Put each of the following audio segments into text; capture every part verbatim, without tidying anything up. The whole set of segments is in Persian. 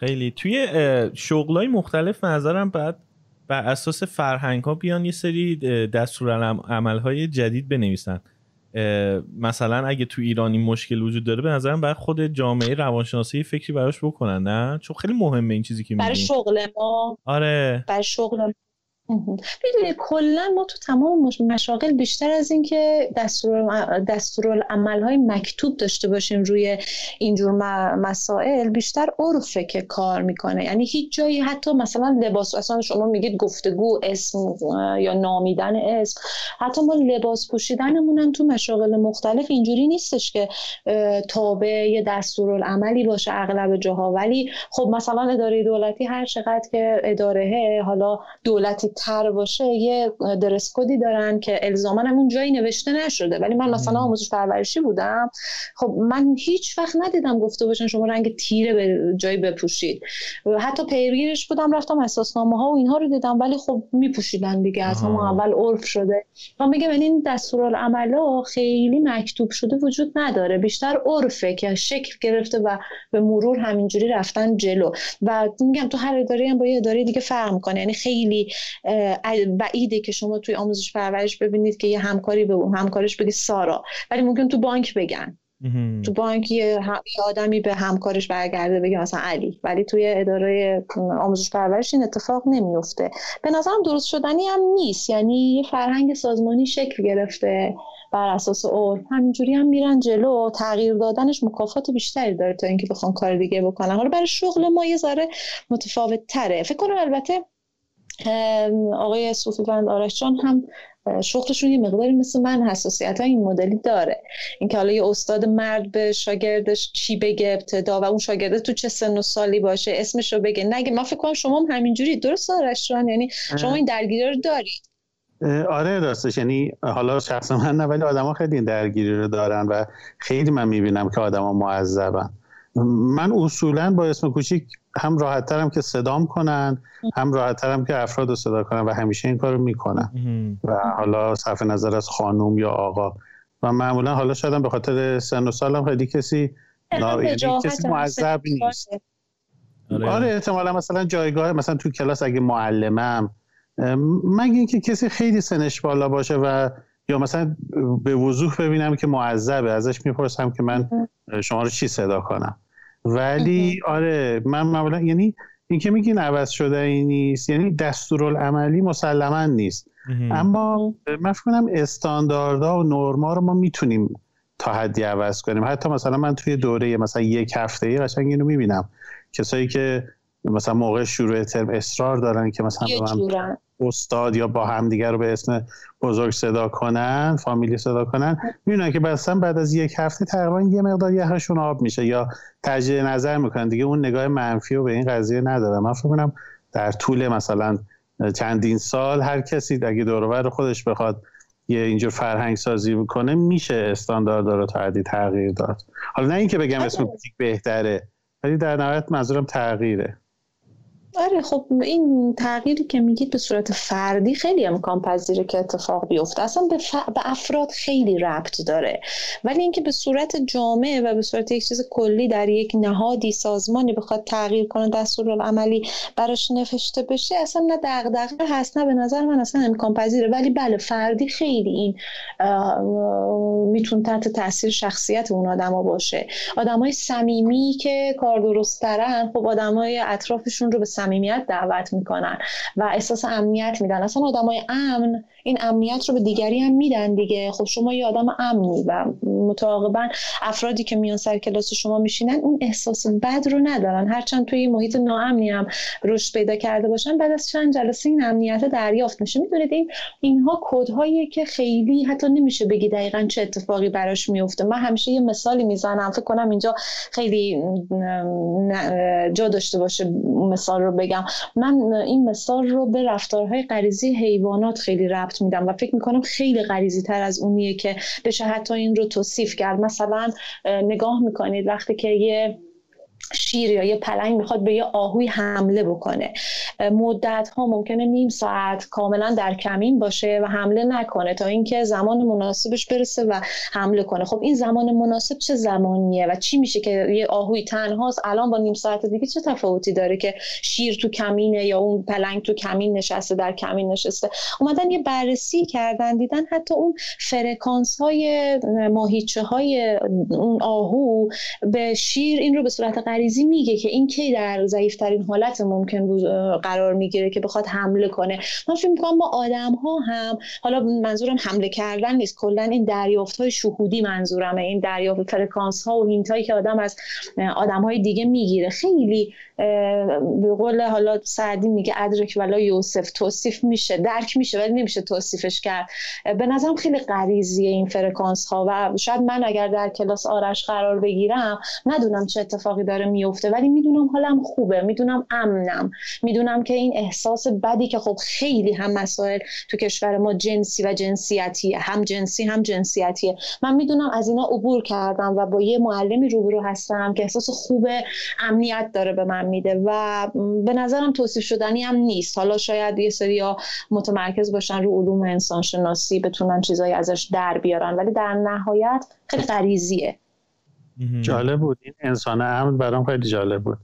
خیلی توی شغلای مختلف نظرم بعد بر اساس فرهنگ ها بیان یه سری دستورالعمل های جدید بنویسن. مثلا اگه تو ایرانی مشکل وجود داره به نظرم باید خود جامعه روانشناسی فکری براش بکنن، نه؟ چون خیلی مهمه این چیزی که میگیم برای شغل ما. آره برای شغل ما میدونی کلا ما تو تمام مشاغل بیشتر از این که دستور دستورالعمل‌های مکتوب داشته باشیم روی اینجور مسائل، بیشتر عرفه که کار میکنه. یعنی هیچ جایی حتی مثلا لباس، اصلا شما میگید گفتگو اسم یا نامیدن اسم، حتی ما لباس پوشیدنمون هم تو مشاغل مختلف اینجوری نیستش که تابع یه دستورالعملی باشه اغلب جاها. ولی خب مثلا اداره دولتی هر چقدر که اداره حالا دولتی تر باشه یه درس کدی دارن که الزاما اون جایی نوشته نشده. ولی من مثلا آموزش پرورشی بودم، خب من هیچ وقت ندیدم گفته باشن شما رنگ تیره به جایی بپوشید. حتی پیگیرش بودم، رفتم اساسنامه ها و اینها رو دیدم، ولی خب میپوشیدن دیگه، از همون اول عرف شده. من میگم این دستورالعملا خیلی مکتوب شده وجود نداره، بیشتر عرفه که شکل گرفته و به مرور همینجوری رفتن جلو. و میگم تو هر اداره هم با یه اداره دیگه فرق میکنه. یعنی خیلی بعیده که شما توی آموزش پرورش ببینید که یه همکاری به اون همکارش بگی سارا، ولی ممکن تو بانک بگن تو بانک یه آدمی به همکارش برگرده بگه مثلا علی، ولی توی اداره آموزش پرورش این اتفاق نمیفته. به نظرم درست شدنی هم نیست. یعنی یه فرهنگ سازمانی شکل گرفته بر اساس عرف، همینجوری هم میرن جلو. تغییر دادنش مکافات بیشتری داره تا اینکه بخوان کار دیگه بکنن. حالا برای شغل ما یه ذره متفاوت تره فکر کنم. البته آقای صوفیوند آرش جان هم شغلشون یه مقداری مثل من حساسیت های این مدلی داره. اینکه حالا یه استاد مرد به شاگردش چی بگه ابتدا و اون شاگرده تو چه سن و سالی باشه اسمش رو بگه نگه. من فکر کنم شما هم همینجوری، درست آرش جان؟ یعنی شما این درگیری رو دارید؟ آره راستش، یعنی حالا شخص من نه، ولی آدما خیلی این درگیری رو دارن و خیلی من میبینم که آدما معذبن. من اصولا با اسم کوچیک هم راحت ترم که صدام کنن، هم راحت ترم که افراد رو صدا کنن و همیشه این کار رو میکنن. و حالا صرف نظر از خانوم یا آقا، و معمولا حالا شاید هم به خاطر سن و سالم خیلی کسی یعنی کسی معذب نیست. آره احتمالا مثلا جایگاه مثلا تو کلاس اگه معلمم، مگه اینکه کسی خیلی سنش بالا باشه و یا مثلا به وضوح ببینم که معذبه، ازش میپرسم که من شما رو چی صدا کنم. ولی آره من معمولا، یعنی این که میگین عوض شده این نیست، یعنی دستورالعملی مسلما نیست، اما من فکر کنم استانداردها و نرما رو ما میتونیم تا حدی عوض کنیم. حتی مثلا من توی دوره مثلا یک هفته‌ای قشنگ اینو میبینم، کسایی که مثلا موقع شروع ترم اصرار دارن که مثلا من استاد یا با هم دیگر رو به اسم بزرگ صدا کنن، فامیلی صدا کنن، میبینن که مثلا بعد از یک هفته تقریبا یه مقدار یخشون آب میشه یا تجدید نظر میکنن دیگه، اون نگاه منفی رو به این قضیه ندارن. من فکر کنم در طول مثلا چندین سال هر کسی اگه دور و بر خودش بخواد یه اینجور فرهنگ سازی بکنه میشه استانداردها رو تا حدی تغییر داد. حالا نه اینکه بگم اسم کوچیک بهتره، ولی در نهایت منظورم تغییره. آره خب این تغییری که میگید به صورت فردی خیلی امکان پذیره که اتفاق بیفته، اصلا به, ف... به افراد خیلی ربط داره. ولی اینکه به صورت جامعه و به صورت یک چیز کلی در یک نهادی سازمانی بخواد تغییر کنه دستورالعملی براش نوشته بشه، اصلا نه دغدغه هست نه به نظر من اصلا امکان پذیره. ولی بله فردی خیلی این میتونه تحت تاثیر شخصیت اون آدما باشه. آدمای صمیمی که کار درست‌ترن خب آدمای اطرافشون رو به صمیمیت دعوت میکنن و احساس امنیت میدن. اصلا آدمای امن این امنیت رو به دیگری هم میدن دیگه. خب شما یه آدم امنی و متعاقبا افرادی که میان سر کلاس شما میشینن اون احساس بد رو ندارن، هرچند توی محیط ناامنی هم رشد پیدا کرده باشن بعد از چند جلسه این امنیت دریافت میشه. میدونید این اینها کدهاییه که خیلی حتی نمیشه بگی دقیقاً چه اتفاقی براش میفته. من همیشه یه مثالی میزنم، فکر کنم اینجا خیلی جا داشته باشه مثال رو بگم. من این مثال رو به رفتارهای غریزی حیوانات خیلی ربط میدم و فکر میکنم خیلی غریزی تر از اونیه که بشه حتی این رو توصیف کرد. مثلا نگاه میکنید وقتی که یه شیر یا یه پلنگ میخواد به یه آهوی حمله بکنه، مدت ها ممکنه نیم ساعت کاملا در کمین باشه و حمله نکنه تا اینکه زمان مناسبش برسه و حمله کنه. خب این زمان مناسب چه زمانیه و چی میشه که یه آهوی تنهاست الان با نیم ساعت دیگه چه تفاوتی داره که شیر تو کمینه یا اون پلنگ تو کمین نشسته در کمین نشسته؟ اومدن یه بررسی کردن، دیدن حتی اون فرکانس های ماهیچه های اون آهو به شیر این رو به صورت غریزی میگه که این کی در ضعیف‌ترین حالت ممکن بود قرار میگیره که بخواد حمله کنه. من فکر می‌کنم ما آدم ها هم، حالا منظورم حمله کردن نیست، کلا این دریافت‌های شهودی منظورمه، این دریافت فرکانس ها و هینت هایی که آدم از آدم های دیگه میگیره، خیلی به قول حالا سعدی میگه ادرک ولا یوسف، توصیف میشه، درک میشه ولی نمیشه توصیفش کرد. به نظرم خیلی غریزیه این فرکانس ها و شاید من اگر در کلاس آرش قرار بگیرم ندونم چه اتفاقی داره میفته ولی میدونم حالم خوبه، میدونم امنم، میدونم که این احساس بدی که خب خیلی هم مسائل تو کشور ما جنسی و جنسیتیه، هم جنسی هم جنسیتیه، من میدونم از اینا عبور کردم و با یه معلمی روبرو هستم که احساس خوب امنیت داره به من میده و به نظرم توصیف شدنی هم نیست. حالا شاید یه سریا متمرکز باشن رو علوم انسان شناسی بتونن چیزایی ازش در بیارن ولی در نهایت خیلی غریزیه. جالب بود این انسان امن، برام خیلی جالب بود.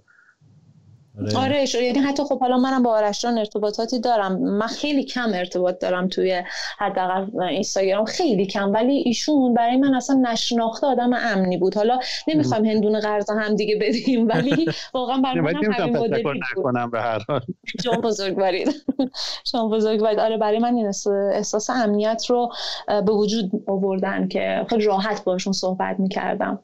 آره یعنی حتی خب حالا منم با آرش جان ارتباطاتی دارم، من خیلی کم ارتباط دارم توی حداقل اینستاگرام، خیلی کم، ولی ایشون برای من اصلا نشناخته آدم امنی بود. حالا نمیخوام هندونه قرض هم دیگه بدیم ولی واقعا برای من همین مدلی نکنم به هر حال. شما بزرگوارید شما بزرگوارید. آره برای من این احساس امنیت رو به وجود آوردن که خیلی راحت باشون صحبت میکردم.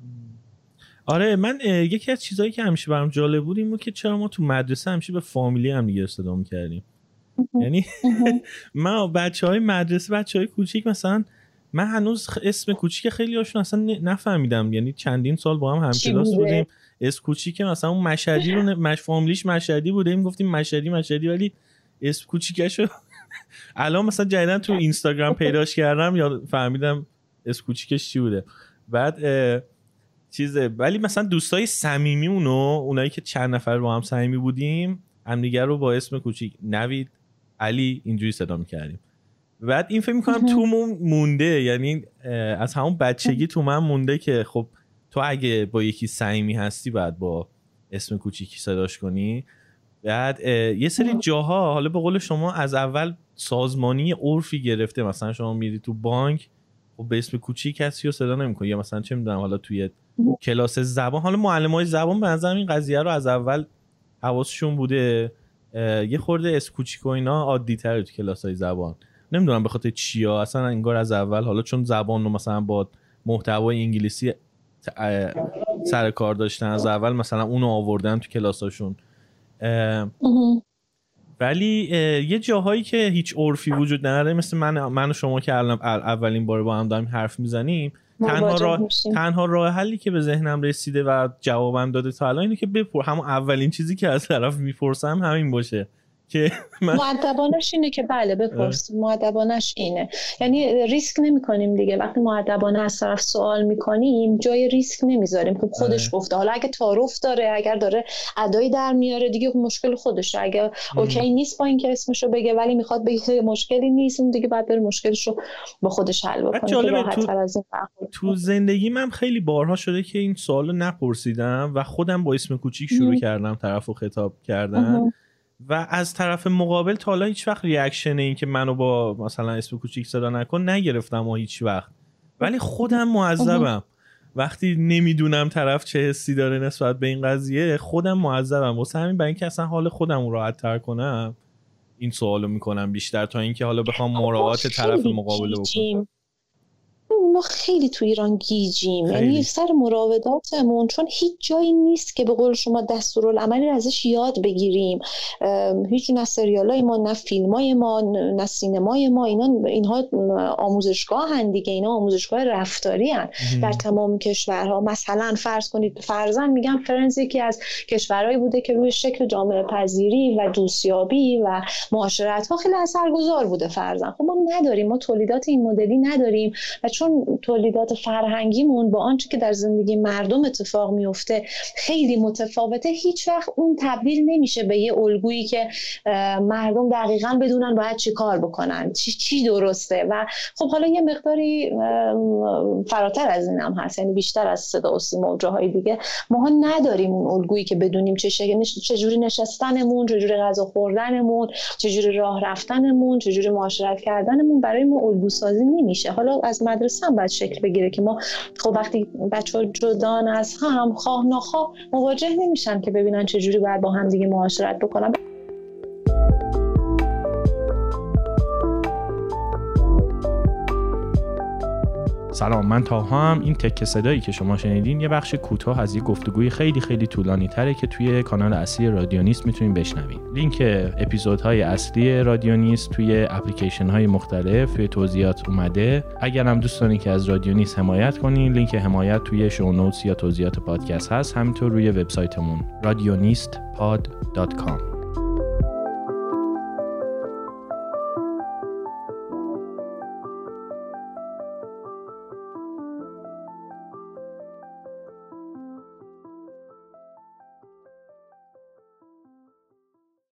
آره من یکی از چیزایی که همیشه برام جالب بود این بود که چرا ما تو مدرسه همیشه به فامیلی هم دیگه صدا می‌کردیم. یعنی ما بچهای مدرسه، بچهای کوچیک، مثلا من هنوز اسم کوچیک خیلی هاشون اصلا نفهمیدم، یعنی چندین سال با هم همکلاس بودیم، اسم کوچیک مثلا اون مشهدی رو مش فامیلیش مشهدی بوده، میگفتیم مشهدی مشهدی ولی اسم کوچیکشو الان مثلا جدیدن تو اینستاگرام پیداش کردم یا فهمیدم اسم کوچیکش چی بوده. بعد چیزه ولی مثلا دوستای صمیمیمونو، اونایی که چند نفر با هم صمیمی بودیم، همدیگه رو با اسم کوچیک نوید، علی اینجوری صدا می‌کردیم. بعد این فکر می‌کنم تو مونده، یعنی از همون بچگی تو من مونده که خب تو اگه با یکی صمیمی هستی باید با اسم کوچیکی صداش کنی. بعد یه سری جاها حالا به قول شما از اول سازمانی عرفی گرفته، مثلا شما میری تو بانک خب به اسم کوچیک کسی رو صدا نمی‌کنی، یا مثلا چه می‌دونم حالا توی کلاس زبان، حالا معلمای زبان به نظرم این قضیه رو از اول حواسشون بوده یه خورده اسم کوچیک و اینا عادی‌تره تو کلاس‌های زبان، نمیدونم به خاطر چیا اصلا انگار از اول، حالا چون زبان رو مثلا با محتوای انگلیسی سر کار داشتن از اول مثلا اونو آوردن تو کلاساشون. ولی یه جاهایی که هیچ عرفی وجود نداره، مثل من من و شما که الان اولین بار با هم داریم حرف میزنیم، تنها راه تنها راه حلی که به ذهنم رسیده و جوابم داده تا الان اینه که بپر همون اولین چیزی که از طرف میپرسم همین باشه که من... مؤدبانش اینه که بله بپرس، مؤدبانش اینه، یعنی ریسک نمی کنیم دیگه. وقتی مؤدبانه از طرف سوال میکنیم جای ریسک نمیذاریم. خب خودش گفته، حالا اگه تعارف داره، اگر داره ادایی در میاره دیگه مشکل خودشه، اگه اوکی نیست با اینکه اسمشو بگه ولی میخواد بگه مشکلی نیست، اون دیگه بعد بره مشکلشو با خودش حل بکنه. تو, تو زندگی من خیلی بارها شده که این سوالو نپرسیدم و خودم با اسم کوچیک شروع کردم طرفو خطاب کردن و از طرف مقابل تا حالا هیچ وقت ریاکشن این که منو با مثلا اسم کوچیک صدا نکن نگرفتم و هیچ وقت، ولی خودم معذبم وقتی نمیدونم طرف چه حسی داره نسبت به این قضیه، خودم معذبم. واسه همین برای اینکه اصلا حال خودم رو راحت تر کنم این سوالو میکنم بیشتر تا اینکه حالا بخوام مراعات طرف مقابل بکنم. ما خیلی تو ایران گیجیم، یعنی سر مراوداتمون، چون هیچ جایی نیست که به قول شما دستورالعملی ازش یاد بگیریم. هیچ نه سریالای ما، نه فیلمای ما، نه سینمای ما، اینا اینها آموزشگاه هن دیگه، اینا آموزشگاه رفتاری هن در تمام کشورها. مثلا فرض کنید فرضاً میگم فرنز یکی از کشورهایی بوده که روی شکل جامعه پذیری و دوستیابی و معاشرت ها خیلی اثرگذار بوده فرضاً. خب ما نداریم، ما تولیدات این مدلی نداریم و چون تولیدات فرهنگیمون با آنچه که در زندگی مردم اتفاق میفته خیلی متفاوته، هیچ وقت اون تبدیل نمیشه به یه الگویی که مردم دقیقاً بدونن باید چی کار بکنن، چی چی درسته. و خب حالا یه مقداری فراتر از این هم هست، یعنی بیشتر از صدا و سیما و جاهای دیگه ما نداریم اون الگویی که بدونیم چه چجوری نشستنمون، چجوری غذا خوردنمون، چجوری راه رفتنمون، چجوری معاشرت کردنمون برای ما الگو سازی نمیشه. حالا از مدرسه هم باید شکل بگیره که ما خب وقتی بچه‌ها جدان از هم خواه نخواه مواجه نمیشن که ببینن چجوری باید با هم دیگه معاشرت بکنن. سلام، من تاها هم. این تکه صدایی که شما شنیدین یه بخش کوتاه از یه گفتگوی خیلی خیلی طولانی تره که توی کانال اصلی رادیونیست میتونین بشنوین. لینک اپیزودهای اصلی رادیونیست توی اپلیکیشن های مختلف توی توضیحات اومده. اگر هم دوست دارین که از رادیونیست حمایت کنین، لینک حمایت توی شو نوتس یا توضیحات پادکست هست، همینطور روی وبسایتمون رادیونیست پاد دات کام.